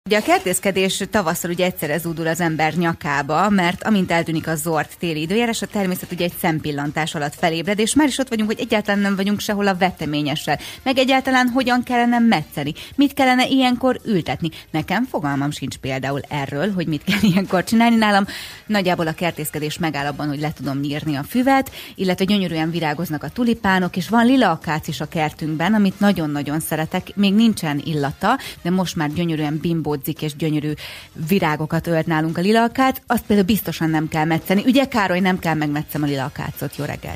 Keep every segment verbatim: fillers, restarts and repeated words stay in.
Ugye a kertészkedés tavasszal ugye egyszerre zúdul az ember nyakába, mert amint eltűnik a zord téli időjárás, a természet ugye egy szempillantás alatt felébred, és már is ott vagyunk, hogy egyáltalán nem vagyunk sehol a veteményessel. Meg egyáltalán hogyan kellene metszeni, mit kellene ilyenkor ültetni. Nekem fogalmam sincs például erről, hogy mit kell ilyenkor csinálni. Nálam nagyjából a kertészkedés megáll abban, hogy le tudom nyírni a füvet, illetve gyönyörűen virágoznak a tulipánok, és van lila akác is a kertünkben, amit nagyon-nagyon szeretek. Még nincsen illata, de most már gyönyörűen bimbódzik, és gyönyörű virágokat ölt nálunk a lila akác. Azt például biztosan nem kell metszeni. Ugye, Károly, nem kell megmetszem a lila akácot. Jó reggelt!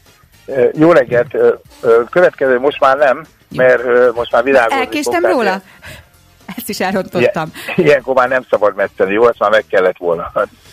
Jó reggelt! Következő most már nem, mert most már virágozni. Elkéstem róla? Ezt is elrontottam. Ilyen, ilyenkor már nem szabad metszeni, jó? Azt már meg kellett volna.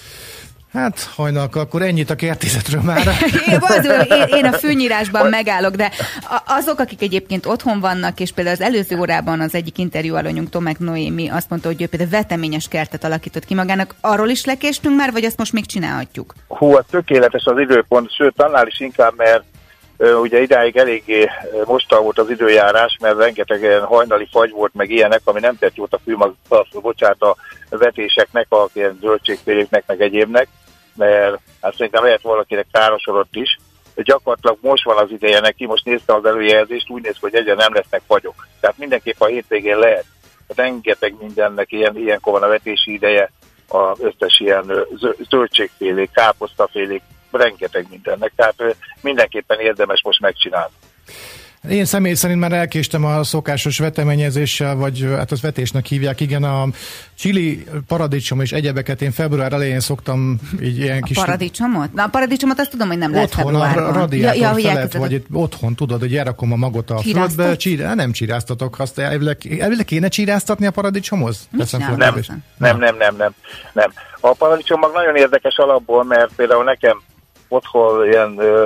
Hát hajnalka, akkor ennyit a kertészetről már. én, én, én a fűnyírásban megállok, de azok, akik egyébként otthon vannak, és például az előző órában az egyik interjú alanyunk, Tomek Noémi azt mondta, hogy ő például veteményes kertet alakított ki magának. Arról is lekéstünk már, vagy azt most még csinálhatjuk? Hú, a tökéletes az időpont, sőt, annál is inkább, mert uh, ugye idáig eléggé mostan volt az időjárás, mert rengeteg hajnali fagy volt, meg ilyenek, ami nem tett jót a fűmag, bocsánat, a vetéseknek, a ilyen zöldségféléknek, meg egyébnek, mert hát szerintem lehet valakinek károsodott is. Gyakorlatilag most van az ideje neki, most néztem az előjelzést, úgy néz, hogy egyre nem lesznek fagyok. Tehát mindenképp a hétvégén lehet. Rengeteg mindennek ilyen, ilyenkor van a vetési ideje, az összes ilyen zöldségfélék, káposztafélék, rengeteg mindennek. Tehát mindenképpen érdemes most megcsinálni. Én személy szerint már elkéstem a szokásos veteményezéssel, vagy hát az vetésnek hívják, igen, a chili, paradicsom és egyebeket én február elején szoktam így ilyen a kis... Paradicsamot? Na a paradicsomot azt tudom, hogy nem lehet februárban. Otthon, a radiátor ja, ja, felett, vagy itt otthon, tudod, hogy elrakom a magot a földbe. Csírá, nem csíráztatok, azt elvileg, elvileg kéne csíráztatni a paradicsomhoz? Nem, nem, nem, nem, nem, nem, nem. A paradicsom mag nagyon érdekes alapból, mert például nekem otthon ilyen, ö,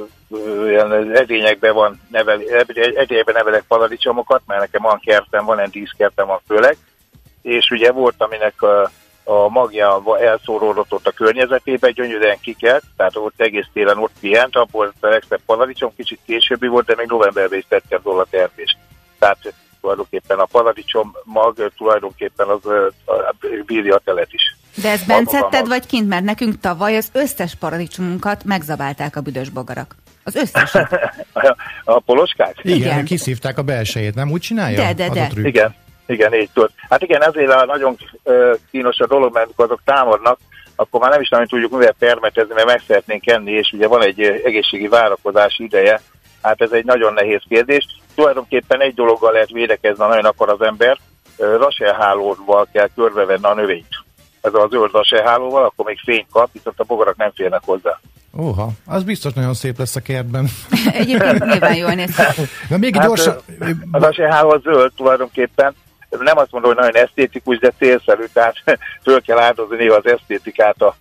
ö, ilyen edényekben van nevel, edényekben nevelek paradicsomokat, mert nekem van kertem, van egy díszkertem van főleg, és ugye volt, aminek a, a magja elszóródott ott a környezetében, gyönyörűen kikelt, tehát ott egész télen ott pihent, abból a legszebb paradicsom, kicsit későbbi volt, de még novemberben is tettem róla a termést. Tehát tulajdonképpen a paradicsom mag tulajdonképpen az a, bírja a telet is. De ezt bent szedted, vagy kint? Mert nekünk tavaly az összes paradicsomunkat megzabálták a büdös bogarak. Az összeset. A poloskák? Igen, igen, kiszívták a belsejét, nem úgy csinálja? De, de, de. Igen, igen, így tud. Hát igen, ezért a nagyon uh, kínos a dolog, mert azok támadnak, akkor már nem is nagyon tudjuk mivel permetezni, mert meg szeretnénk enni, és ugye van egy egészségi várakozási ideje. Hát ez egy nagyon nehéz kérdés. Tulajdonképpen egy dologgal lehet védekezni, ha nagyon akar az ember, raselhálóval kell körbevenni a növényt. Ez a zöld raselhálóval, akkor még fényt kap, viszont a bogarak nem félnek hozzá. Óha, az biztos nagyon szép lesz a kertben. Egyébként nyilván jól néz ki. Na még hát, gyorsan... A raselháló a zöld tulajdonképpen. Nem azt mondom, hogy nagyon esztétikus, de célszerű, tehát föl kell áldozni néha az esztétikát a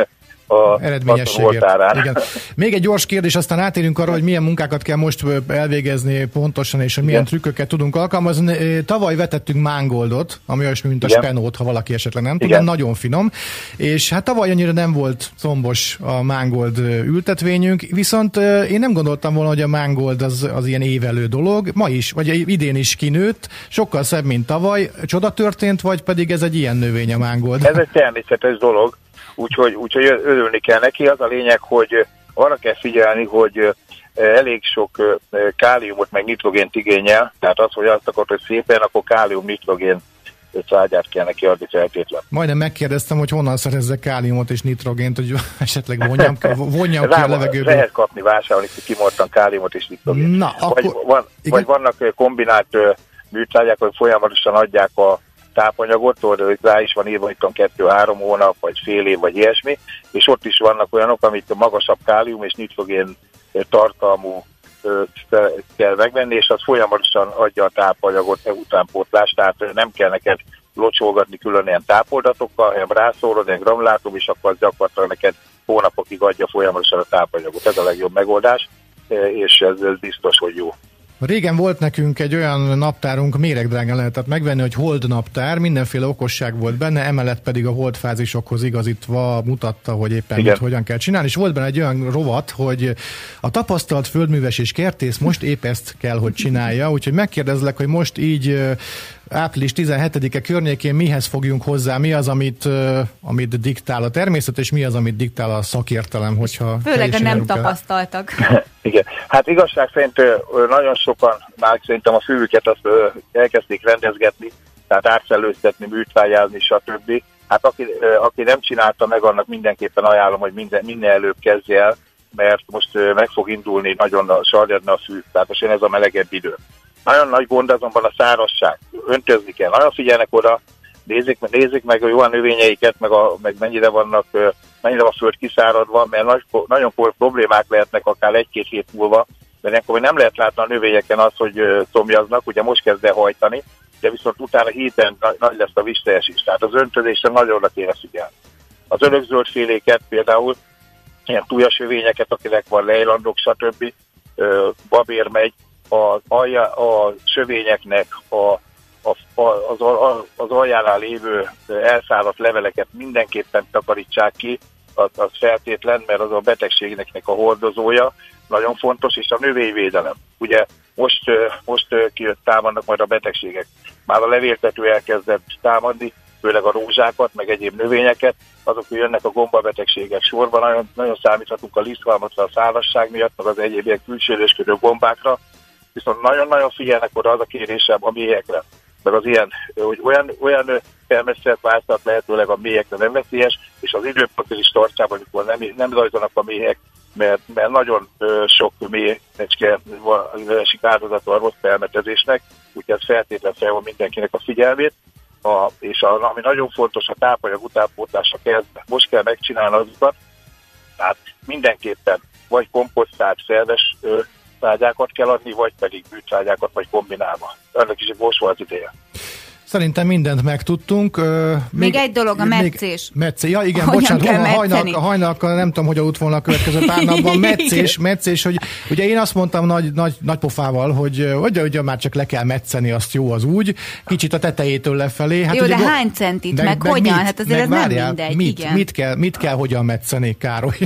a eredményességért. Igen. Még egy gyors kérdés, aztán átérünk arra, hogy milyen munkákat kell most elvégezni pontosan, és hogy milyen igen. trükköket tudunk alkalmazni. Tavaly vetettünk mángoldot, ami olyasmi, mint a igen. spenót, ha valaki esetleg nem tudja, nagyon finom, és hát tavaly annyira nem volt combos a mángold ültetvényünk, viszont én nem gondoltam volna, hogy a mángold az, az ilyen évelő dolog, ma is, vagy idén is kinőtt, sokkal szebb, mint tavaly. Csoda történt, vagy pedig ez egy ilyen növény a mángold? Ez egy természetes dolog. Úgyhogy, úgyhogy örülni kell neki. Az a lényeg, hogy arra kell figyelni, hogy elég sok káliumot meg nitrogént igényel, tehát az, hogy azt akarod, hogy szépen, akkor kálium-nitrogén trágyát kell neki adni feltétlen. Majdnem megkérdeztem, hogy honnan szerezzek káliumot és nitrogént, hogy esetleg vonjam, vonjam ki a levegőből. Lehet kapni, vásárolni kimortan káliumot és nitrogént. Na, vagy, akkor... van, vagy vannak kombinált műtrágyák, hogy folyamatosan adják a tápanyagot, hogy rá is van írva, itt kettő-három hónap, vagy fél év, vagy ilyesmi, és ott is vannak olyanok, amit magasabb kálium és nitrogén tartalmú kell megvenni, és az folyamatosan adja a tápanyagot utánpótlást, tehát nem kell neked locsolgatni külön ilyen tápoldatokkal, hanem rászórod, egy granulátum, és akkor az gyakorlatilag neked hónapokig adja folyamatosan a tápanyagot. Ez a legjobb megoldás, és ez, ez biztos, hogy jó. Régen volt nekünk egy olyan naptárunk, méregdrágán lehetett megvenni, hogy hold naptár, mindenféle okosság volt benne, emellett pedig a holdfázisokhoz igazítva mutatta, hogy éppen mit, hogyan kell csinálni, és volt benne egy olyan rovat, hogy a tapasztalt földműves és kertész most épp ezt kell, hogy csinálja, úgyhogy megkérdezlek, hogy most így április tizenhetedike környékén mihez fogjunk hozzá, mi az, amit, amit diktál a természet, és mi az, amit diktál a szakértelem, hogyha... Főleg a nem tapasztaltak. Igen, hát igazság szerint nagyon sokan már szerintem a fülüket azt elkezdték rendezgetni, tehát átszellőztetni, műtvágyázni, stb. Hát aki, aki nem csinálta meg, annak mindenképpen ajánlom, hogy minden, minden előbb kezdje el, mert most meg fog indulni, nagyon sarjadna a fű, tehát most ez a melegebb idő. Nagyon nagy gond azonban a szárazság, öntözni kell, nagyon figyelnek oda, nézzék, nézzék meg a jó a növényeiket, meg, a, meg mennyire vannak, mennyire a föld kiszáradva, mert nagy, nagyon problémák lehetnek akár egy-két hét múlva, mert ilyenkor nem lehet látni a növényeken azt, hogy szomjaznak, ugye most kezd el hajtani, de viszont utána héten nagy lesz a vízteljesés, tehát az öntözésre nagyon oda kéne figyelni. Az örökzöldféléket például, ilyen túlyasövényeket, akinek van lejlandok, stb. Babér megy, az, alja, a sövényeknek a, a, az, az aljánál lévő elszállott leveleket mindenképpen takarítsák ki, az, az feltétlen, mert az a betegségnek a hordozója, nagyon fontos, és a növényvédelem. Ugye most, most kijött, támadnak majd a betegségek. Már a levéltető elkezdett támadni, főleg a rózsákat, meg egyéb növényeket, azok jönnek a gombabetegségek sorban, nagyon, nagyon számíthatunk a liszthalmatra, a szárazság miatt, meg az egyéb ilyen külsődösködő gombákra, viszont nagyon-nagyon figyelnek oda az a kérésem a méhekre, meg az ilyen, hogy olyan, olyan termesztett változat lehetőleg a méhekre nem veszélyes, és az időpontos tartsában, amikor nem, nem zajtanak a méhek, mert, mert nagyon ö, sok méhecske esik áldozata a rossz felmetezésnek, úgyhogy ez feltétlenül felhol mindenkinek a figyelmét. A, és a, ami nagyon fontos, a tápanyag utánpótlása kell, most kell megcsinálni azokat, tehát mindenképpen vagy komposztált szerves ö, trágyákat kell adni, vagy pedig bűtrágyákat, vagy kombinálva. Önnek is most volt ideje. Szerintem mindent megtudtunk. Még, még egy dolog, a meccés. Meccés, ja igen, Hogyan bocsánat, a hajnal, a hajnalkkal nem tudom, hogy aludt volna a következő pár napban. Meccés, meccés, hogy ugye én azt mondtam nagy, nagy, nagy pofával, hogy ugye, ugye már csak le kell metszeni, azt jó az úgy, kicsit a tetejétől lefelé. Hát jó, ugye, de hány centit, meg, meg, meg hogyan? Mit, hát azért ez várjál, nem mindegy, mit, igen. Mit kell, mit kell hogyan metszeni, Károly?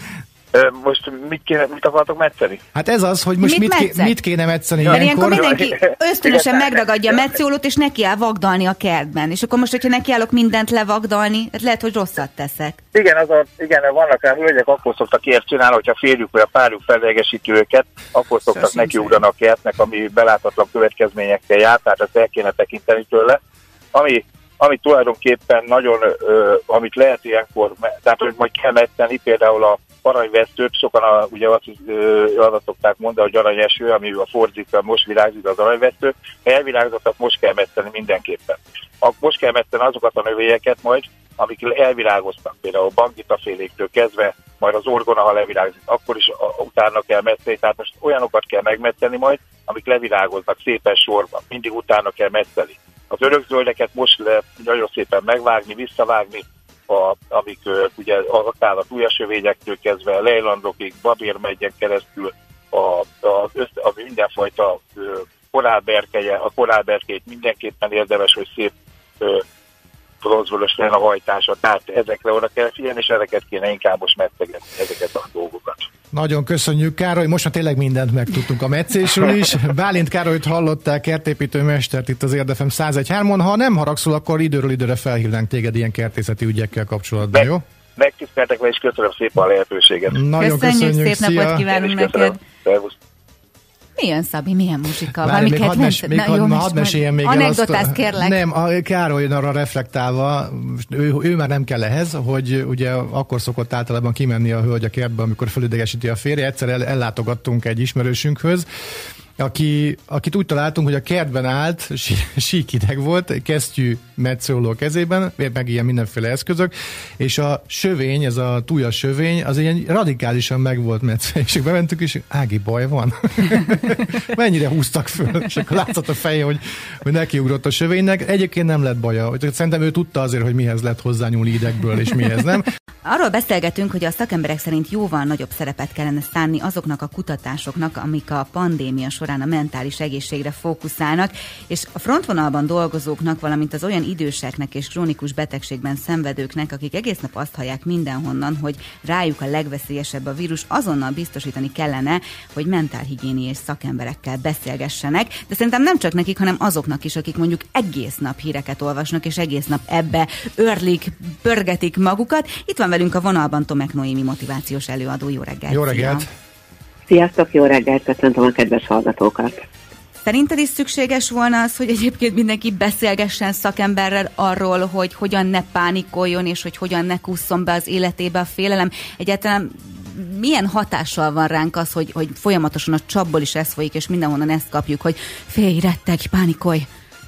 Most mit, kéne, mit akartok metszeni? Hát ez az, hogy most mit, mit, ké, mit kéne metszeni ja. Ilyenkor. Mert ilyenkor mindenki ösztönösen igen. megragadja a metszólót, és neki áll vagdalni a kertben. És akkor most, hogyha nekiállok mindent levagdalni, lehet, hogy rosszat teszek. Igen, az a, igen, vannak rá hölgyek, akkor szoktak ilyet csinálni, hogyha férjük vagy a párjuk fellegesíti őket, akkor szoktak nekiugrani a kertnek, ami beláthatatlan következményekkel jár, tehát ezt el kéne tekinteni tőle. Ami ami tulajdonképpen nagyon, ö, amit lehet ilyenkor, tehát hogy majd kell metszeni, például a aranyvesztőt, sokan a, ugye azt, azt szokták mondani, hogy aranyeső, ami a fordítva most virágzik az aranyvesztő, ha elvirágzottat most kell metszeni mindenképpen. Most kell metszeni azokat a növényeket majd, amik elvirágoztak, például a bangitaféléktől kezdve, majd az orgona, ha levirágzik, akkor is a, utána kell metszeni, tehát most olyanokat kell megmetszeni majd, amik levirágoznak szépen sorban, mindig utána kell metszeni. Az örökzöldeket most lehet nagyon szépen megvágni, visszavágni, a, amik uh, ugye akár a túlyasövényektől kezdve a lejlandokig, babérmegyen keresztül a, a, a mindenfajta uh, korálberkelye, a korálberkét mindenképpen érdemes, hogy szép uh, bronzvörös legyen a hajtása, tehát ezekre oda kell figyelni, és ezeket kéne inkább most megtegetni, ezeket a dolgokat. Nagyon köszönjük, Károly, most már tényleg mindent megtudtunk a meccésről is. Bálint Károlyt hallották, kertépítő mestert itt az Érdefem száz egy három. Ha nem haragszol, akkor időről időre felhívnánk téged ilyen kertészeti ügyekkel kapcsolatban, jó? Megtiszteltek meg, és köszönöm szépen a lehetőséget. Nagyon köszönjük, köszönjük, szép napot kívánunk neked. Szervusz. Milyen, Szabi, milyen muzsika? Várj, még hadd mes, még had, had meséljem még el azt. Anekdotát kérlek. Nem, a Károly arra reflektálva, ő, ő már nem kell ehhez, hogy ugye akkor szokott általában kimenni a hölgy a kertbe, amikor fölidegesíti a férje. Egyszer el, ellátogattunk egy ismerősünkhöz, aki, akit úgy találtunk, hogy a kertben állt, sí, síkideg volt, kesztyű metszóló a kezében, meg ilyen mindenféle eszközök, és a sövény, ez a túljas sövény, az ilyen radikálisan meg volt metszve, és bementünk, és Ági, baj van? Mennyire húztak föl, és akkor látszott a feje, hogy, hogy nekiugrott a sövénynek. Egyébként nem lett baja. Szerintem ő tudta azért, hogy mihez lett hozzányúlni idegből, és mihez nem. Arról beszélgetünk, hogy a szakemberek szerint jóval nagyobb szerepet kellene szánni azoknak a kutatásoknak, amik a pandémia során a mentális egészségre fókuszálnak, és a frontvonalban dolgozóknak, valamint az olyan időseknek és krónikus betegségben szenvedőknek, akik egész nap azt hallják mindenhonnan, hogy rájuk a legveszélyesebb a vírus, azonnal biztosítani kellene, hogy mentálhigiéniás szakemberekkel beszélgessenek, de szerintem nem csak nekik, hanem azoknak is, akik mondjuk egész nap híreket olvasnak, és egész nap ebbe örlik, pörgetik magukat. Itt van velünk a vonalban Tomek Noémi motivációs előadó. Jó reggelt! Jó reggelt! Sziasztok, jó reggelt! Köszöntöm a kedves hallgatókat! Szerinted is szükséges volna az, hogy egyébként mindenki beszélgessen szakemberrel arról, hogy hogyan ne pánikoljon, és hogy hogyan ne kusszon be az életébe a félelem? Egyáltalán milyen hatással van ránk az, hogy, hogy folyamatosan a csapból is ez folyik, és mindenhonnan ezt kapjuk, hogy félj, rettegj, pánikolj?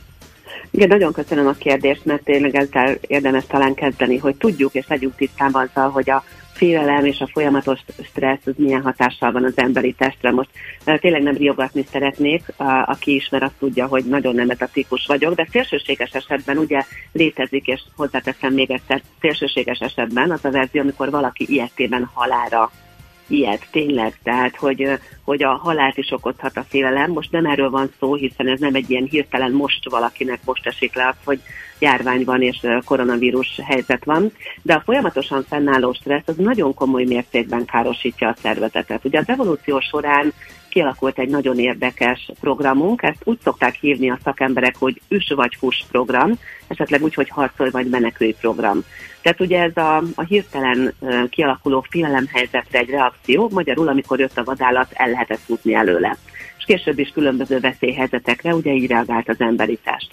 Igen, nagyon köszönöm a kérdést, mert tényleg ezzel érdemes talán kezdeni, hogy tudjuk és legyünk tisztában azzal, hogy a félelem és a folyamatos stressz az milyen hatással van az emberi testre. Most uh, tényleg nem riogatni szeretnék, uh, aki ismer, azt tudja, hogy nagyon nem ez a típus vagyok, de szélsőséges esetben ugye létezik, és hozzáteszem még egyszer, szélsőséges esetben az a verzió, amikor valaki ilyetében halálra ijed, tényleg, tehát hogy, hogy a halált is okozhat a félelem. Most nem erről van szó, hiszen ez nem egy ilyen hirtelen most valakinek most esik le az, hogy járvány van és koronavírus helyzet van, de a folyamatosan fennálló stressz az nagyon komoly mértékben károsítja a szervezetet. Ugye az evolúció során kialakult egy nagyon érdekes programunk, ezt úgy szokták hívni a szakemberek, hogy üss vagy fuss program, esetleg úgy, hogy harcolj vagy menekülj program. Tehát ugye ez a, a hirtelen uh, kialakuló félelemhelyzetre egy reakció, magyarul, amikor jött a vadállat, el lehetett futni előle. És később is különböző veszélyhelyzetekre ugye így reagált az emberi test.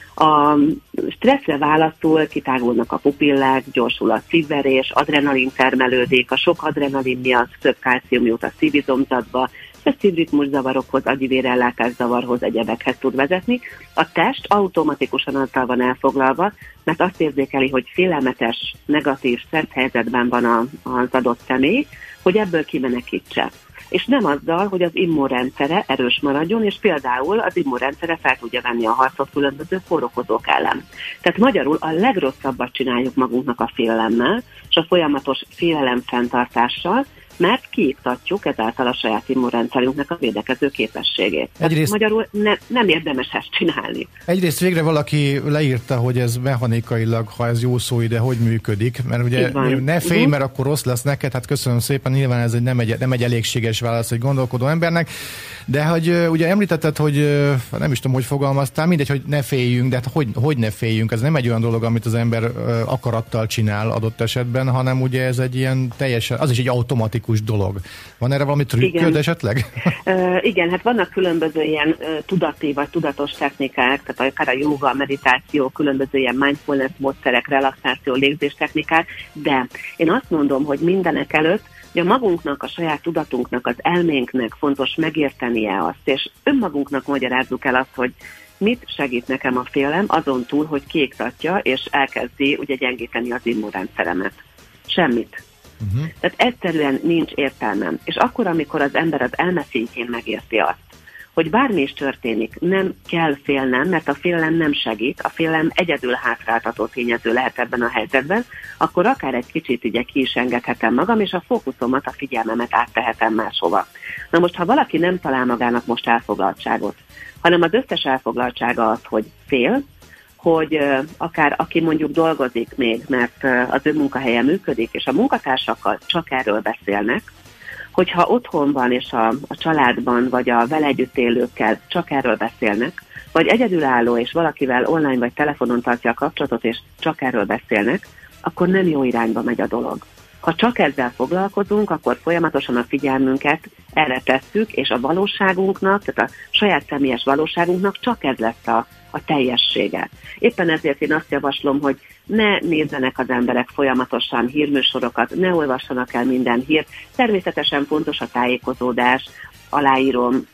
A stresszre válaszul kitágulnak a pupillák, gyorsul a szívverés, adrenalin termelődik, a sok adrenalin miatt több kálcium jut a szívizomzatba, ez szívritmus zavarokhoz, agyi-vérellátás zavarhoz, egyebekhez tud vezetni. A test automatikusan azzal van elfoglalva, mert azt érzékeli, hogy félelmetes, negatív stressz helyzetben van a, az adott személy, hogy ebből kimenekítse. És nem azzal, hogy az immunrendszere erős maradjon, és például az immunrendszere fel tudja venni a harcot különböző kórokozók ellen. Tehát magyarul a legrosszabbat csináljuk magunknak a félelemmel, és a folyamatos félelem fenntartással, mert kiiktatjuk ezáltal a saját immunrendszerünknek a védekező képességét. Egyrészt, magyarul ne, nem érdemes ezt csinálni. Egyrészt végre valaki leírta, hogy ez mechanikailag, ha ez jó szó ide, hogy működik, mert ugye ne félj, uh-huh. mert akkor rossz lesz neked, hát köszönöm szépen, nyilván ez egy nem, egy, nem egy elégséges válasz egy gondolkodó embernek, de hogy ugye említetted, hogy nem is tudom, hogy fogalmaztál, mindegy, hogy ne féljünk, de hát hogy, hogy ne féljünk, ez nem egy olyan dolog, amit az ember akarattal csinál adott esetben, hanem ugye ez egy ilyen teljesen, az is egy automatikus dolog. Van erre valami trükköd esetleg? Uh, igen, hát vannak különböző ilyen uh, tudati vagy tudatos technikák, tehát akár a jóga, a meditáció, különböző ilyen mindfulness módszerek, relaxáció, légzés technikák, de én azt mondom, hogy mindenek előtt hogy a magunknak, a saját tudatunknak, az elménknek fontos megértenie azt, és önmagunknak magyarázzuk el azt, hogy mit segít nekem a félelem, azon túl, hogy kiiktatja, és elkezdi ugye gyengíteni az immunrendszeremet. Semmit. Uh-huh. Tehát egyszerűen nincs értelmem. És akkor, amikor az ember az elme szintjén megérti azt, hogy bármi is történik, nem kell félnem, mert a félelem nem segít, a félelem egyedül hátráltató tényező lehet ebben a helyzetben, akkor akár egy kicsit ugye ki is engedhetem magam, és a fókuszomat, a figyelmemet áttehetem máshova. Na most, ha valaki nem talál magának most elfoglaltságot, hanem az összes elfoglaltsága az, hogy fél, hogy uh, akár aki mondjuk dolgozik még, mert uh, az ő munkahelye működik, és a munkatársakkal csak erről beszélnek, hogyha otthon van, és a, a családban, vagy a vele együtt élőkkel csak erről beszélnek, vagy egyedülálló, és valakivel online vagy telefonon tartja a kapcsolatot, és csak erről beszélnek, akkor nem jó irányba megy a dolog. Ha csak ezzel foglalkozunk, akkor folyamatosan a figyelmünket erre tesszük, és a valóságunknak, tehát a saját személyes valóságunknak csak ez lesz a, a teljessége. Éppen ezért én azt javaslom, hogy ne nézzenek az emberek folyamatosan hírműsorokat, ne olvassanak el minden hírt. Természetesen fontos a tájékozódás, aláírom,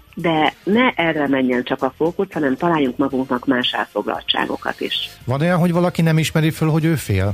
de ne erre menjen csak a fókusz, hanem találjunk magunknak más elfoglaltságokat is. Van olyan, hogy valaki nem ismeri föl, hogy ő fél?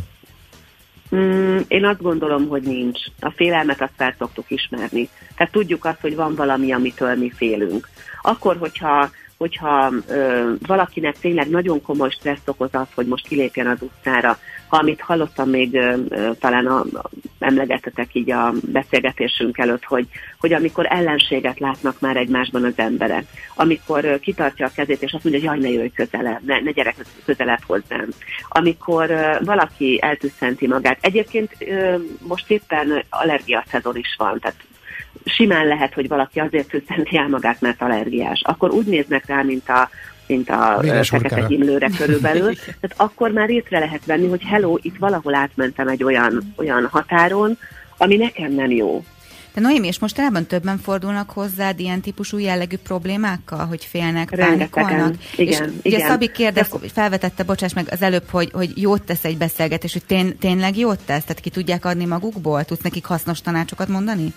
Mm, én azt gondolom, hogy nincs. A félelmet azt fel szoktuk ismerni. Tehát tudjuk azt, hogy van valami, amitől mi félünk. Akkor, hogyha hogyha ö, valakinek tényleg nagyon komoly stressz okoz az, hogy most kilépjen az utcára, ha amit hallottam még ö, ö, talán a, a, emlegettetek így a beszélgetésünk előtt, hogy, hogy amikor ellenséget látnak már egymásban az emberek, amikor ö, kitartja a kezét, és azt mondja, hogy jaj, ne jöjj közelebb, ne, ne gyerek közelebb hozzám. Amikor ö, valaki eltüsszenti magát. Egyébként ö, most éppen allergiaszezon is van, tehát simán lehet, hogy valaki azért tüsszenti el magát, mert allergiás. Akkor úgy néznek rá, mint a, mint a fekete himlőre körülbelül. Tehát akkor már észre lehet venni, hogy hello, itt valahol átmentem egy olyan, olyan határon, ami nekem nem jó. De Noémi, és mostanában többen fordulnak hozzád ilyen típusú jellegű problémákkal, hogy félnek, rengetegen. pánikolnak? Igen, és igen. ugye Szabi kérdez, felvetette, bocsáss meg az előbb, hogy, hogy jót tesz egy beszélgetés, hogy tény, tényleg jót tesz? Tehát ki tudják adni magukból? Tudsz nekik hasznos tanácsokat mondani?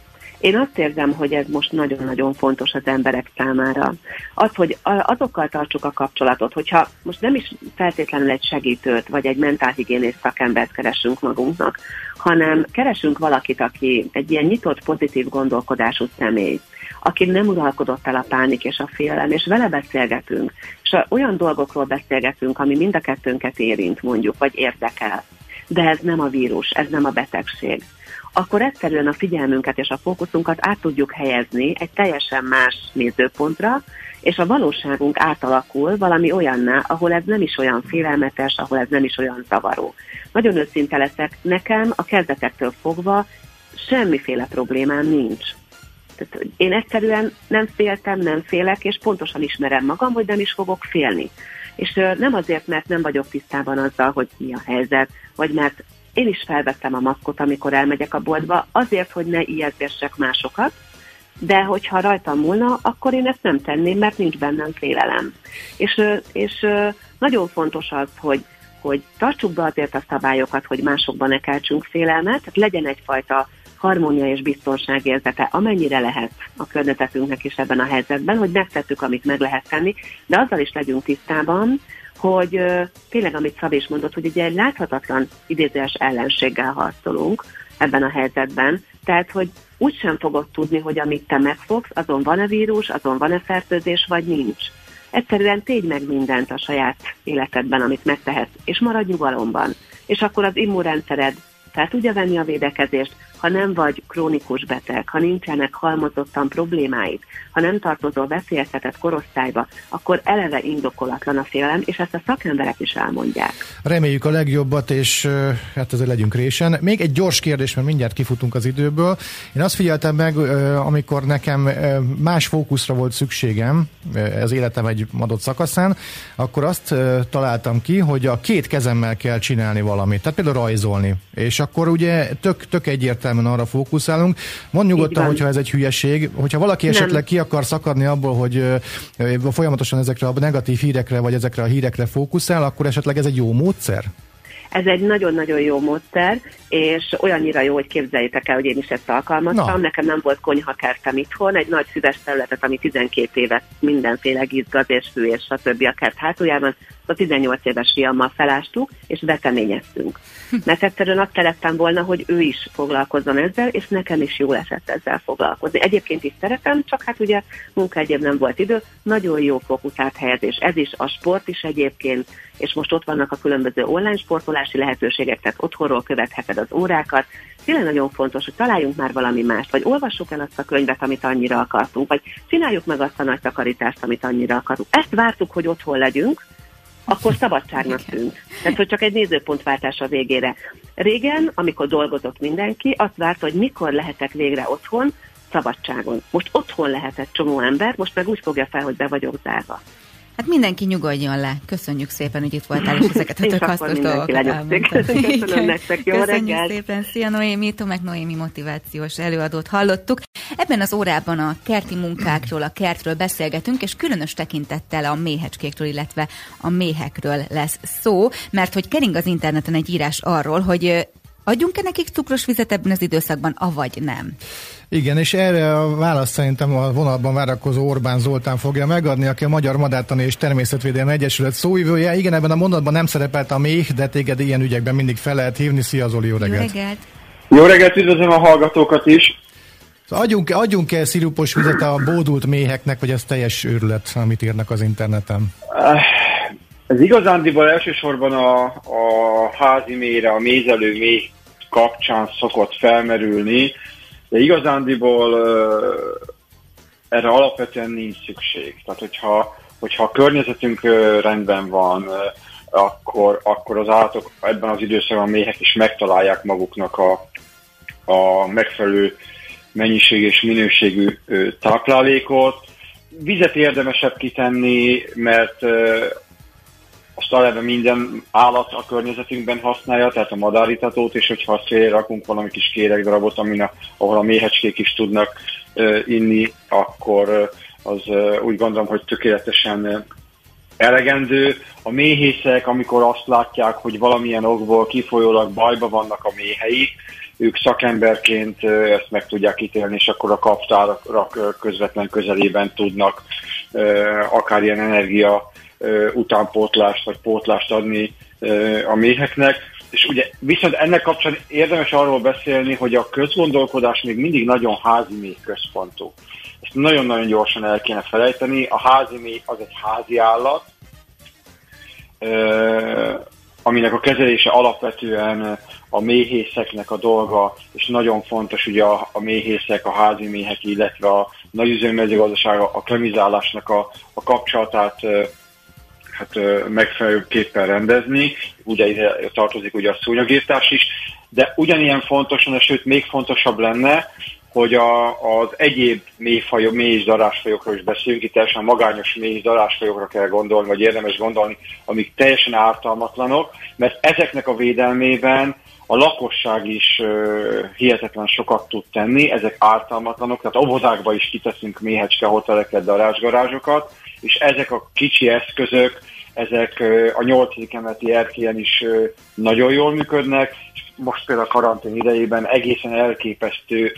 Én azt érzem, hogy ez most nagyon-nagyon fontos az emberek számára. Az, hogy azokkal tartsuk a kapcsolatot, hogyha most nem is feltétlenül egy segítőt, vagy egy mentálhigiénész szakembert keresünk magunknak, hanem keresünk valakit, aki egy ilyen nyitott, pozitív gondolkodású személy, aki nem uralkodott el a pánik és a félelem, és vele beszélgetünk, és olyan dolgokról beszélgetünk, ami mind a kettőnket érint, mondjuk, vagy érdekel. De ez nem a vírus, ez nem a betegség. Akkor egyszerűen a figyelmünket és a fókuszunkat át tudjuk helyezni egy teljesen más nézőpontra, és a valóságunk átalakul valami olyanná, ahol ez nem is olyan félelmetes, ahol ez nem is olyan zavaró. Nagyon őszinte leszek, nekem a kezdetektől fogva semmiféle problémám nincs. Tehát én egyszerűen nem féltem, nem félek, és pontosan ismerem magam, hogy nem is fogok félni. És nem azért, mert nem vagyok tisztában azzal, hogy mi a helyzet, vagy mert én is felvettem a maszkot, amikor elmegyek a boltba, azért, hogy ne ijesztessek másokat, de hogyha rajtam múlna, akkor én ezt nem tenném, mert nincs bennem félelem. És, és nagyon fontos az, hogy, hogy tartsuk be azért a szabályokat, hogy másokban ne keltsünk félelmet, tehát legyen egyfajta harmónia és biztonságérzete, amennyire lehet a környezetünknek is ebben a helyzetben, hogy megtettük, amit meg lehet tenni, de azzal is legyünk tisztában, hogy uh, tényleg, amit Szabi is mondott, hogy ugye egy láthatatlan idézőes ellenséggel harcolunk ebben a helyzetben, tehát, hogy úgy sem fogod tudni, hogy amit te megfogsz, azon van-e vírus, azon van-e fertőzés, vagy nincs. Egyszerűen tégy meg mindent a saját életedben, amit megtehetsz, és maradj nyugalomban. És akkor az immunrendszered fel tudja venni a védekezést, ha nem vagy krónikus beteg, ha nincsenek halmozottan problémáid, ha nem tartozol veszélyeztetett korosztályba, akkor eleve indokolatlan a félelem, és ezt a szakemberek is elmondják. Reméljük a legjobbat, és hát ezzel legyünk résen. Még egy gyors kérdés, mert mindjárt kifutunk az időből. Én azt figyeltem meg, amikor nekem más fókuszra volt szükségem az életem egy adott szakaszán, akkor azt találtam ki, hogy a két kezemmel kell csinálni valamit, tehát például rajzolni. És akkor ugye tök, tök egyértelműen arra fókuszálunk. Mondd nyugodtan, hogyha ez egy hülyeség, hogyha valaki esetleg nem. ki akar szakadni abból, hogy folyamatosan ezekre a negatív hírekre, vagy ezekre a hírekre fókuszál, akkor esetleg ez egy jó módszer? Ez egy nagyon-nagyon jó módszer, és olyannyira jó, hogy képzeljétek el, hogy én is ezt alkalmaztam. Na. Nekem nem volt konyhakertem itthon, egy nagy füves területet, ami tizenkét évet mindenféle gíz, gaz és fű és stb. A kert hátuljában, a tizennyolc éves fiammal felástuk, és veteményeztünk. Mert egyszerűen azt szerettem volna, hogy ő is foglalkozzon ezzel, és nekem is jól esett ezzel foglalkozni. Egyébként is szeretem, csak hát ugye munkaegyéb nem volt idő, nagyon jó fókuszált helyezés. Ez is, a sport is egyébként, és most ott vannak a különböző online sportolási lehetőségek, tehát otthonról követheted az órákat. Tényleg nagyon fontos, hogy találjunk már valami mást, vagy olvassuk el azt a könyvet, amit annyira akartunk, vagy csináljuk meg azt a nagy takarítást, amit annyira akarunk. Ezt vártuk, hogy otthon legyünk, akkor szabadságnak tűnt. Tehát, hogy csak egy nézőpontváltás a végére. Régen, amikor dolgozott mindenki, azt várta, hogy mikor lehetek végre otthon, szabadságon. Most otthon lehet egy csomó ember, most meg úgy fogja fel, hogy be vagyok zárva. Hát mindenki nyugodjon le. Köszönjük szépen, hogy itt voltál, és ezeket a tök hasznos dolgokat elmondtad. Köszönöm nektek, jó Köszönjük reggelt. szépen. Szia Noémi, Tomek Noémi motivációs előadót hallottuk. Ebben az órában a kerti munkákról, a kertről beszélgetünk, és különös tekintettel a méhecskékről, illetve a méhekről lesz szó, mert hogy kering az interneten egy írás arról, hogy adjunk-e nekik cukros vizet ebben az időszakban, avagy nem? Igen, és erre a választ szerintem a vonalban várakozó Orbán Zoltán fogja megadni, aki a Magyar Madártani és Természetvédelmi Egyesület szóvivője. Igen, ebben a mondatban nem szerepelt a méh, de téged ilyen ügyekben mindig fel lehet hívni. Szia Zoli, jó reggelt! Jó reggelt! Jó reggelt, üdvözlöm a hallgatókat is! Adjunk, adjunk el szirupos vizet a bódult méheknek, vagy ez teljes őrület, amit írnak az interneten? Ez igazándiból elsősorban a, a házi méhre, a mézelő méh kapcsán szokott felmerülni, de igazándiból uh, erre alapvetően nincs szükség. Tehát, hogyha, hogyha a környezetünk uh, rendben van, uh, akkor, akkor az állatok ebben az időszakban a méhek is megtalálják maguknak a, a megfelelő mennyiség és minőségű uh, táplálékot. Vizet érdemesebb kitenni, mert uh, azt eleve minden állat a környezetünkben használja, tehát a madáritatót, és hogyha a szélre rakunk valami kis kéregdarabot, amin a, ahol a méhecskék is tudnak uh, inni, akkor uh, az uh, úgy gondolom, hogy tökéletesen uh, elegendő. A méhészek, amikor azt látják, hogy valamilyen okból kifolyólag bajba vannak a méheik, ők szakemberként uh, ezt meg tudják ítélni, és akkor a kaptárak közvetlen közelében tudnak uh, akár ilyen energia utánpótlást vagy pótlást adni a méheknek. És ugye viszont ennek kapcsán érdemes arról beszélni, hogy a közgondolkodás még mindig nagyon házi méh központú. Ezt nagyon-nagyon gyorsan el kéne felejteni. A házi méh az egy házi állat, aminek a kezelése alapvetően a méhészeknek a dolga, és nagyon fontos ugye a, a méhészek, a házi méhek, illetve a nagyüzemi mezőgazdaság, a kemizálásnak a, a kapcsolatát hát megfelelőképpen rendezni, ugye ide tartozik ugye a szúnyogírtás is, de ugyanilyen fontos, sőt még fontosabb lenne, hogy a, az egyéb méhfajok, méh és darásfajokról is beszélünk, itt teljesen magányos méh és darásfajokra kell gondolni, vagy érdemes gondolni, amik teljesen ártalmatlanok, mert ezeknek a védelmében a lakosság is uh, hihetetlen sokat tud tenni, ezek ártalmatlanok, tehát óvodákba is kiteszünk méhecske hoteleket, darázsgarázsokat, és ezek a kicsi eszközök, ezek uh, a nyolcadik emeleti erkélyen is uh, nagyon jól működnek, és most például a karantén idejében egészen elképesztő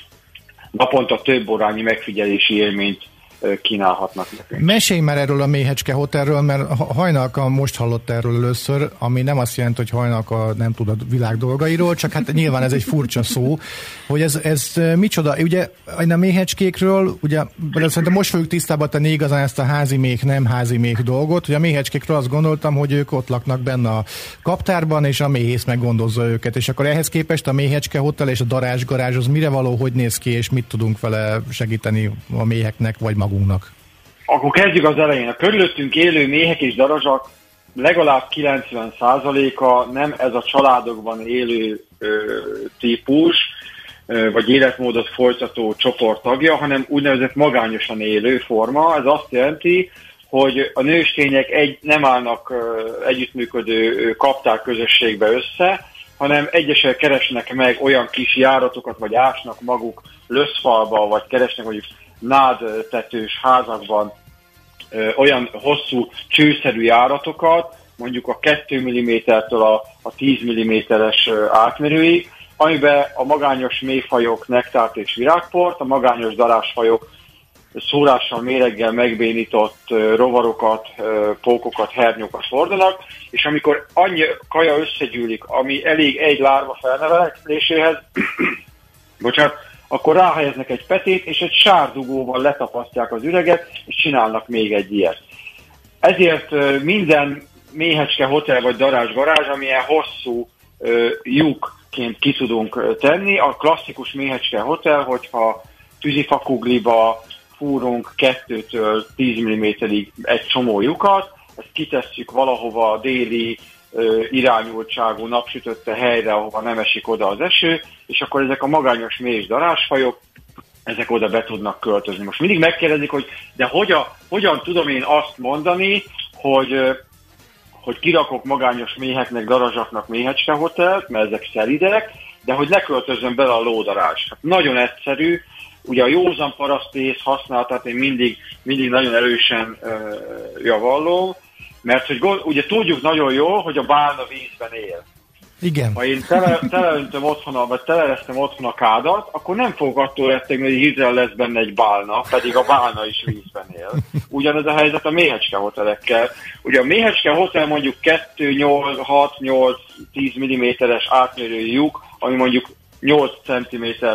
naponta több órányi megfigyelési élményt kínálhatnak nekünk. Mesélj már erről a Méhecske Hotelről, mert Hajnalka most hallott erről először, ami nem azt jelenti, hogy Hajnalka nem tud a világ dolgairól, csak hát nyilván ez egy furcsa szó, hogy ez, ez micsoda, ugye a méhecskékről, ugye szerintem most fogjuk tisztába tenni igazán ezt a házi méh, nem házi méh dolgot, hogy a méhecskékről azt gondoltam, hogy ők ott laknak benne a kaptárban, és a méhész meggondozza őket, és akkor ehhez képest a Méhecske Hotel és a darázsgarázs az mire való, hogy néz ki, és mit tudunk vele segíteni a méheknek, vagy magunknak? Akkor kezdjük az elején. A körülöttünk élő méhek és darazsak legalább kilencven százaléka nem ez a családokban élő ö, típus, ö, vagy életmódot folytató csoport tagja, hanem úgynevezett magányosan élő forma. Ez azt jelenti, hogy a nőstények egy, nem állnak ö, együttműködő kaptárközösségbe össze, hanem egyesek keresnek meg olyan kis járatokat, vagy ásnak maguk löszfalba, vagy keresnek mondjuk nádtetős házakban ö, olyan hosszú csőszerű járatokat, mondjuk a két millimétertől a, a tíz milliméteres átmérőig, amiben a magányos méhfajok nektárt és virágport, a magányos darásfajok szórással, méreggel megbénított ö, rovarokat, ö, pókokat, hernyókat hordanak, és amikor annyi kaja összegyűlik, ami elég egy lárva felneveléséhez, bocsánat, akkor ráhelyeznek egy petét, és egy sárdugóval letapasztják az üreget, és csinálnak még egy ilyet. Ezért minden méhecske hotel vagy darázsgarázs, amilyen hosszú uh, lyukként ki tudunk tenni, a klasszikus méhecske hotel, hogyha tűzifakugliba fúrunk kettőtől tíz milliméterig egy csomó lyukat, ezt kitesszük valahova déli irányultságú napsütötte helyre, ahova nem esik oda az eső, és akkor ezek a magányos méh és darásfajok, ezek oda be tudnak költözni. Most mindig megkérdezik, hogy de hogyan, hogyan tudom én azt mondani, hogy, hogy kirakok magányos méheknek, darazsaknak Méhecske Hotelt, mert ezek szelidek, de hogy ne költözzön bele a lódarázs. Hát nagyon egyszerű, ugye a józan parasztész használatát én mindig, mindig nagyon erősen uh, javallom, mert hogy ugye tudjuk nagyon jól, hogy a bálna vízben él. Igen. Ha én tele, teleöntöm otthon, vagy teleresztem otthon a kádat, akkor nem fogok attól rettegni, hogy hirtelen lesz benne egy bálna, pedig a bálna is vízben él. Ugyanez a helyzet a Méhecske Hotelekkel. Ugye a Méhecske Hotel mondjuk kettő, nyolc, hat, nyolc, tíz milliméteres átmérő lyuk, ami mondjuk nyolc centiméter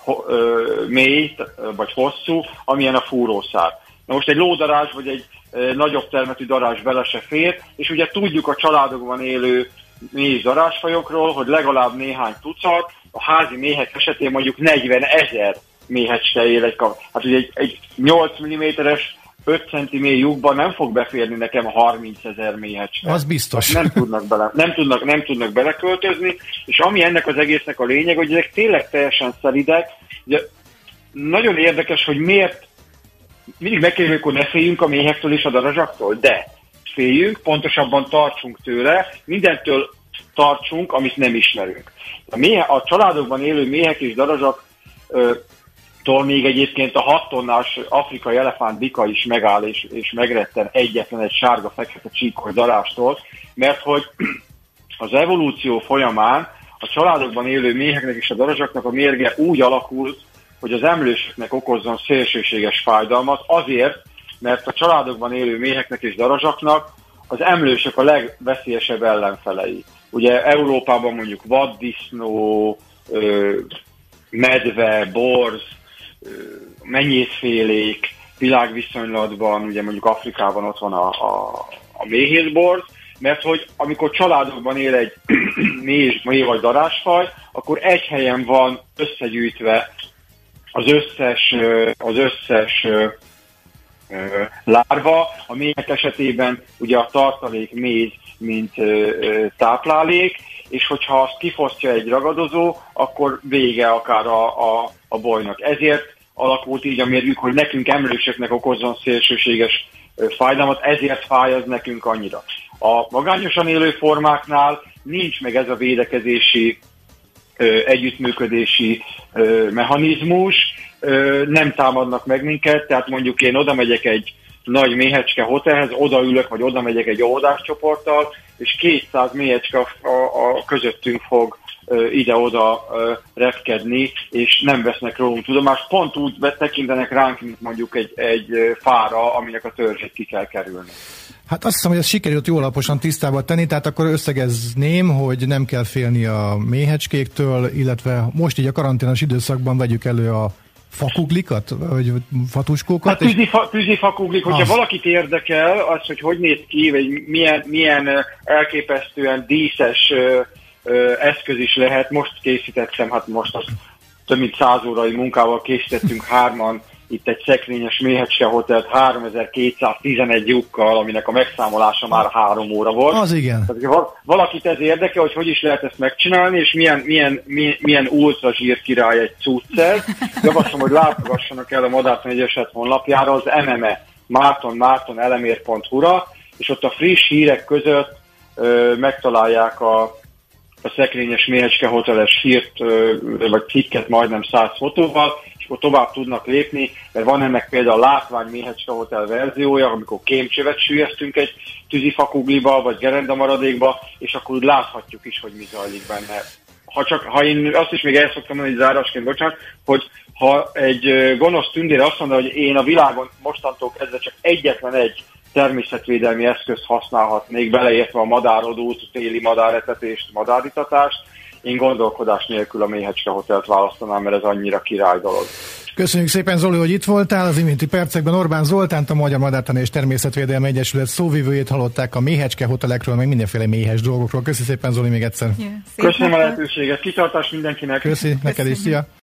mély vagy hosszú, amilyen a fúrószár. Na most egy lódarázs vagy egy nagyobb termetű darázs bele se fér, és ugye tudjuk a családokban élő mély darázsfajokról, hogy legalább néhány tucat, a házi méhek esetén mondjuk negyvenezer méhecske él egy kap. Hát ugye egy, egy nyolc milliméteres öt centi mély lyukban nem fog beférni nekem harmincezer méhecske. Az biztos. Nem tudnak, bele, nem, tudnak, nem tudnak beleköltözni, és ami ennek az egésznek a lényeg, hogy ezek tényleg teljesen szelidek. Ugye nagyon érdekes, hogy miért mindig megkérjük, hogy ne féljünk a méhektől és a darazsaktól, de féljünk, pontosabban tartsunk tőle, mindentől tartsunk, amit nem ismerünk. A, méhe, a családokban élő méhek és darazsak tól még egyébként a hat tonnás afrikai elefántbika is megáll és, és megretten egyetlen egy sárga-fekete csíkos darástól, mert hogy az evolúció folyamán a családokban élő méheknek és a darazsaknak a mérge úgy alakult, hogy az emlősöknek okozzon szélsőséges fájdalmat, azért, mert a családokban élő méheknek és darazsaknak az emlősök a legveszélyesebb ellenfelei. Ugye Európában mondjuk vaddisznó, medve, borz, mennyészfélék, világviszonylatban, ugye mondjuk Afrikában ott van a, a, a méhészborz, mert hogy amikor családokban él egy méh, méh vagy darázsfaj, akkor egy helyen van összegyűjtve az összes, az összes lárva, a méhek esetében ugye a tartalék méz, mint táplálék, és hogyha azt kifosztja egy ragadozó, akkor vége akár a, a, a bajnak. Ezért alakult így a mérgük, hogy nekünk emlősöknek okozzon szélsőséges fájdalmat, ezért fáj az nekünk annyira. A magányosan élő formáknál nincs meg ez a védekezési, együttműködési mechanizmus, nem támadnak meg minket, tehát mondjuk én oda megyek egy nagy méhecske hotelhez, odaülök, vagy oda megyek egy óvodáscsoporttal, és kétszáz méhecske a, a, a közöttünk fog ide-oda repkedni, és nem vesznek rólunk tudomást. Pont úgy tekintenek ránk, mint mondjuk egy, egy fára, aminek a törzsét ki kell kerülni. Hát azt hiszem, hogy ezt sikerült jól alaposan tisztába tenni, tehát akkor összegezném, hogy nem kell félni a méhecskéktől, illetve most így a karanténos időszakban vegyük elő a fakuglikat, vagy fatuskókat. Hát tűzifa, tűzifakuglik, hogyha az. Valakit érdekel, az, hogy hogy néz ki, vagy milyen, milyen elképesztően díszes eszköz is lehet. Most készítettem, hát most az több mint száz órai munkával készítettünk hárman itt egy szekrényes méhecske hotelt háromezer-kétszáztizenegy lyukkal, aminek a megszámolása már három óra volt. Az igen. Tehát, valakit ez érdekel, hogy hogy is lehet ezt megcsinálni, és milyen, milyen, milyen, milyen ultra zsír király egy cuccel. Javaslom, hogy látogassanak el a Madártani Egyesület honlapjára, az em em e márton márton elemér pont hu-ra, és ott a friss hírek között ö, megtalálják a a szekrényes méhecske hoteles hírt, vagy cikket majdnem száz fotóval, és akkor tovább tudnak lépni, mert van ennek például a látvány méhecske hotel verziója, amikor kémcsövet süllyesztünk egy tűzifakugliba, vagy gerendamaradékba, és akkor úgy láthatjuk is, hogy mi zajlik benne. Ha, csak, ha én azt is még el szoktam mondani, hogy zárásként, bocsánat, hogy ha egy gonosz tündér azt mondja, hogy én a világon mostantól kezdve csak egyetlen egy természetvédelmi eszközt használhatnék, beleértve a madárodót, téli madáretetést, madáritatást, én gondolkodás nélkül a méhecske hotelt választanám, mert ez annyira király dolog. Köszönjük szépen, Zoli, hogy itt voltál. Az iménti percekben Orbán Zoltánt, a Magyar Madártani és Természetvédelmi Egyesület szóvivőjét hallották a méhecske hotelekről, meg mindenféle méhes dolgokról. Köszönjük szépen, Zoli, még egyszer. Köszönöm a lehetőséget, kitartás mindenkinek. Köszönjük neked is, szia!